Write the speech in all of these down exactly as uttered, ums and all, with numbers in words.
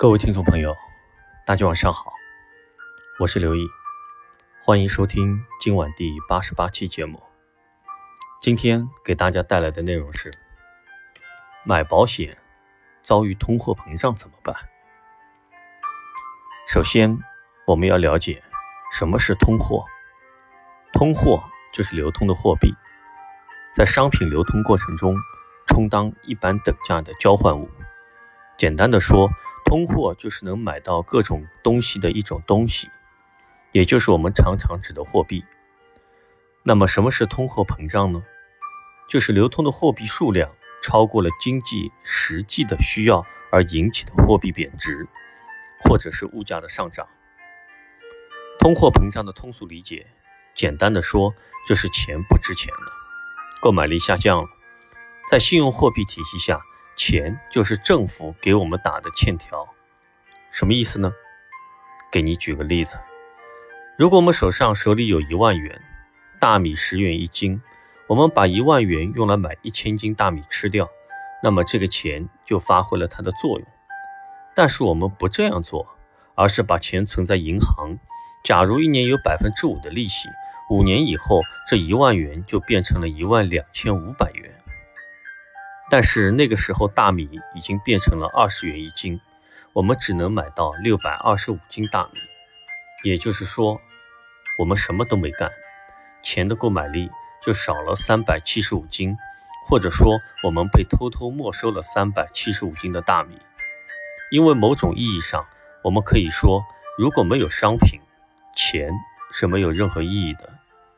各位听众朋友，大家晚上好，我是刘毅，欢迎收听今晚第八十八期节目。今天给大家带来的内容是：买保险遭遇通货膨胀怎么办？首先，我们要了解什么是通货。通货就是流通的货币，在商品流通过程中充当一般等价的交换物。简单的说，通货就是能买到各种东西的一种东西，也就是我们常常指的货币。那么什么是通货膨胀呢？就是流通的货币数量超过了经济实际的需要而引起的货币贬值，或者是物价的上涨。通货膨胀的通俗理解，简单的说就是钱不值钱了，购买力下降了。在信用货币体系下，钱就是政府给我们打的欠条。什么意思呢？给你举个例子，如果我们手上手里有一万元，大米十元一斤，我们把一万元用来买一千斤大米吃掉，那么这个钱就发挥了它的作用。但是我们不这样做，而是把钱存在银行，假如一年有 百分之五 的利息，五年以后这一万元就变成了一万两千五百元。但是那个时候大米已经变成了二十元一斤，我们只能买到六百二十五斤大米。也就是说，我们什么都没干，钱的购买力就少了三百七十五斤，或者说我们被偷偷没收了三百七十五斤的大米。因为某种意义上，我们可以说，如果没有商品，钱是没有任何意义的。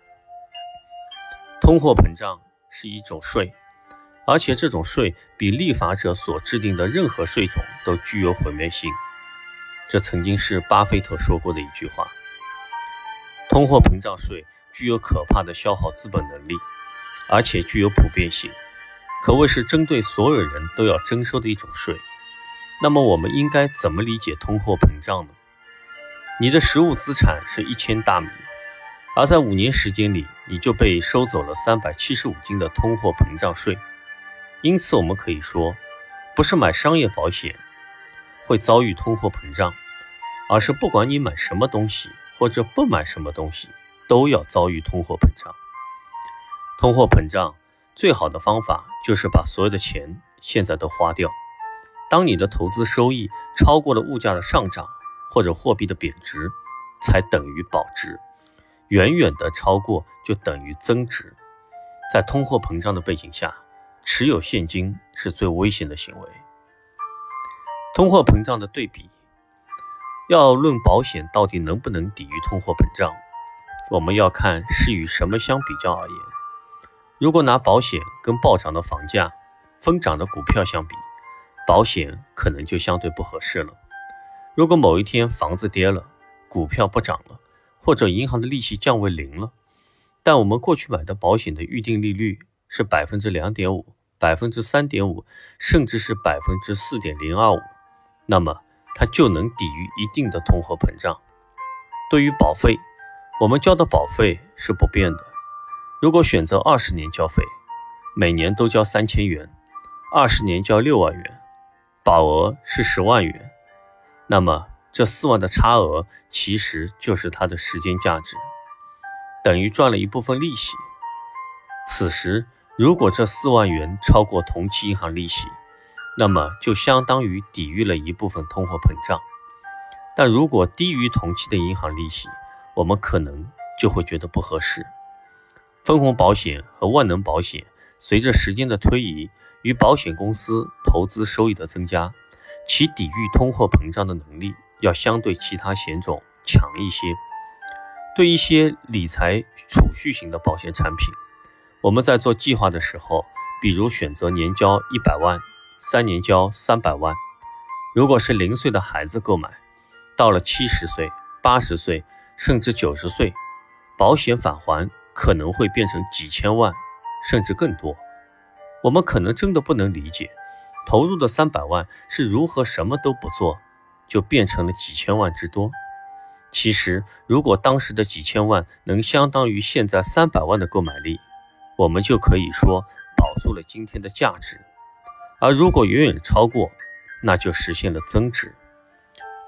通货膨胀是一种税，而且这种税比立法者所制定的任何税种都具有毁灭性。这曾经是巴菲特说过的一句话。通货膨胀税具有可怕的消耗资本能力，而且具有普遍性，可谓是针对所有人都要征收的一种税。那么我们应该怎么理解通货膨胀呢？你的实物资产是一千大米，而在五年时间里，你就被收走了三百七十五斤的通货膨胀税。因此我们可以说，不是买商业保险会遭遇通货膨胀，而是不管你买什么东西或者不买什么东西，都要遭遇通货膨胀。通货膨胀最好的方法就是把所有的钱现在都花掉。当你的投资收益超过了物价的上涨或者货币的贬值，才等于保值，远远的超过就等于增值。在通货膨胀的背景下，持有现金是最危险的行为。通货膨胀的对比，要论保险到底能不能抵御通货膨胀，我们要看是与什么相比较而言。如果拿保险跟暴涨的房价、疯涨的股票相比，保险可能就相对不合适了。如果某一天房子跌了，股票不涨了，或者银行的利息降为零了，但我们过去买的保险的预定利率是 百分之二点五、百分之三点五， 甚至是 百分之四点零二五， 那么它就能抵御一定的通货膨胀。对于保费，我们交的保费是不变的。如果选择二十年交费，每年都交三千元，二十年交六万元，保额是十万元，那么这四万的差额其实就是它的时间价值，等于赚了一部分利息。此时如果这四万元超过同期银行利息，那么就相当于抵御了一部分通货膨胀。但如果低于同期的银行利息，我们可能就会觉得不合适。分红保险和万能保险随着时间的推移与保险公司投资收益的增加，其抵御通货膨胀的能力要相对其他险种强一些。对一些理财储蓄型的保险产品，我们在做计划的时候，比如选择年交一百万，三年交三百万。如果是零岁的孩子购买，到了七十岁、八十岁甚至九十岁，保险返还可能会变成几千万甚至更多。我们可能真的不能理解，投入的三百万是如何什么都不做就变成了几千万之多。其实如果当时的几千万能相当于现在三百万的购买力，我们就可以说保住了今天的价值。而如果远远超过，那就实现了增值。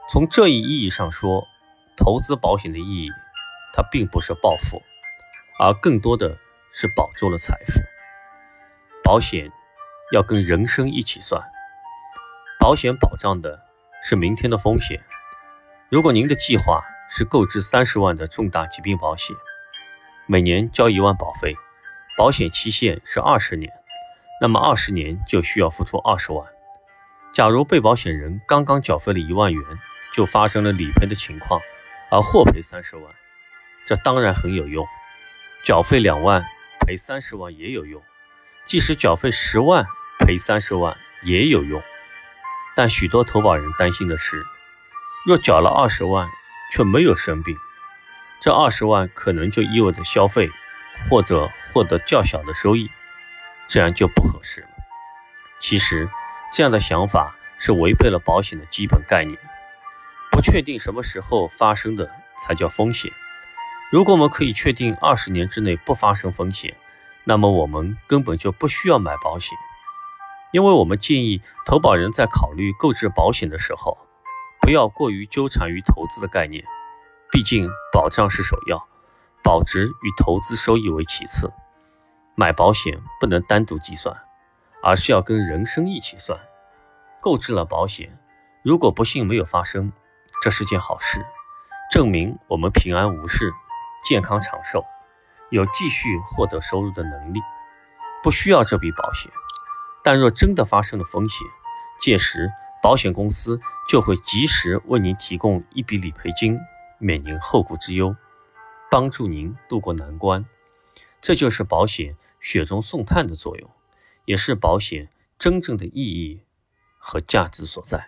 从这一意义上说，投资保险的意义，它并不是暴富，而更多的是保住了财富。保险要跟人生一起算，保险保障的是明天的风险。如果您的计划是购置三十万的重大疾病保险，每年交一万保费，保险期限是二十年，那么二十年就需要付出二十万。假如被保险人刚刚缴费了一万元，就发生了理赔的情况，而获赔三十万，这当然很有用。缴费两万，赔三十万也有用，即使缴费十万，赔三十万也有用。但许多投保人担心的是，若缴了二十万却没有生病，这二十万可能就意味着消费或者获得较小的收益，这样就不合适了。其实这样的想法是违背了保险的基本概念。不确定什么时候发生的才叫风险。如果我们可以确定二十年之内不发生风险，那么我们根本就不需要买保险。因为我们建议投保人在考虑购置保险的时候，不要过于纠缠于投资的概念，毕竟保障是首要，保值与投资收益为其次。买保险不能单独计算，而是要跟人生一起算。购置了保险，如果不幸没有发生，这是件好事，证明我们平安无事，健康长寿，有继续获得收入的能力，不需要这笔保险。但若真的发生了风险，届时保险公司就会及时为您提供一笔理赔金，免您后顾之忧，帮助您渡过难关。这就是保险雪中送炭的作用，也是保险真正的意义和价值所在。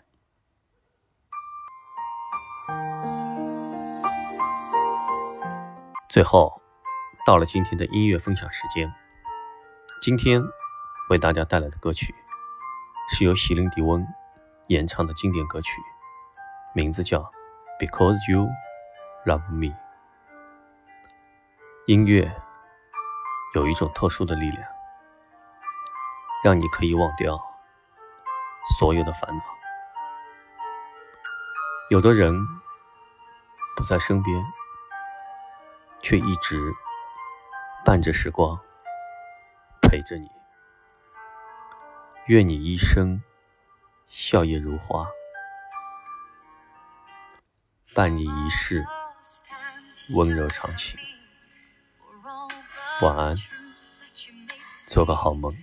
最后，到了今天的音乐分享时间。今天为大家带来的歌曲是由席琳·迪翁演唱的经典歌曲，名字叫 Because You Love Me。 音乐有一种特殊的力量，让你可以忘掉所有的烦恼。有的人不在身边，却一直伴着时光陪着你。愿你一生笑靥如花，伴你一世温柔长情。晚安，做个好梦。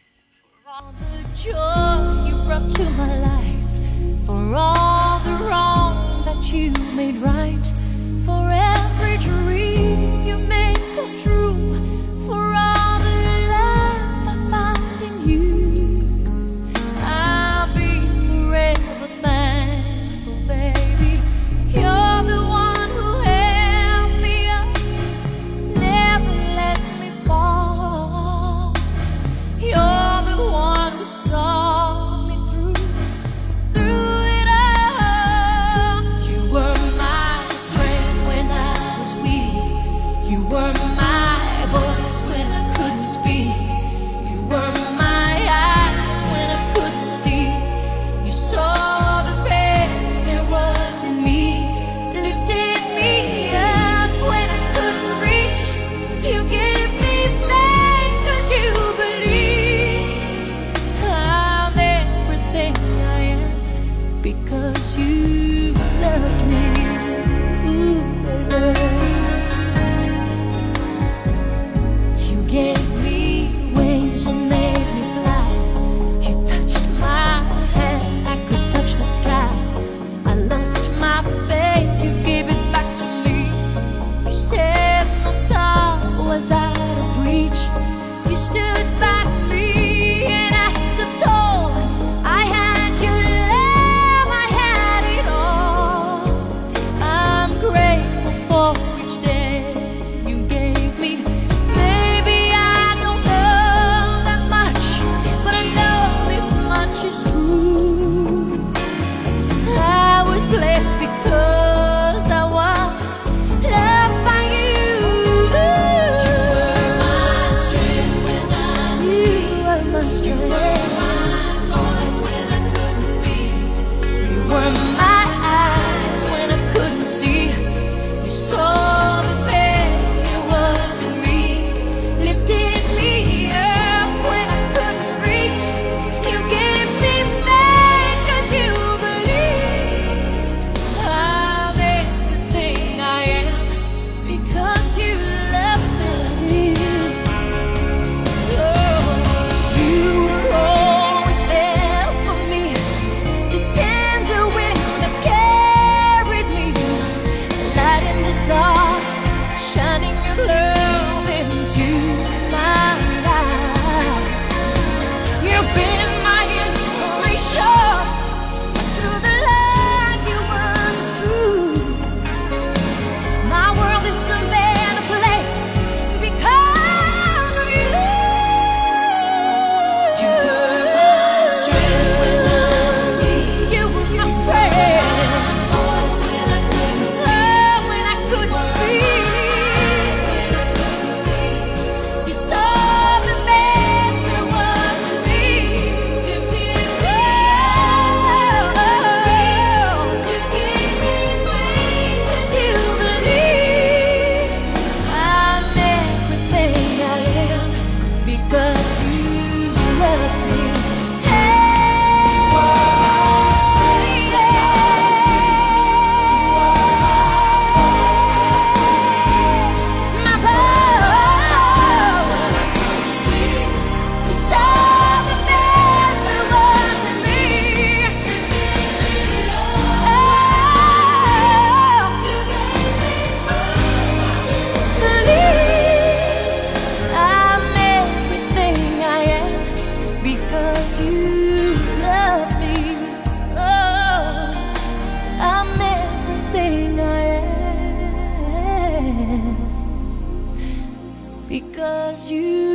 Were my eyes because you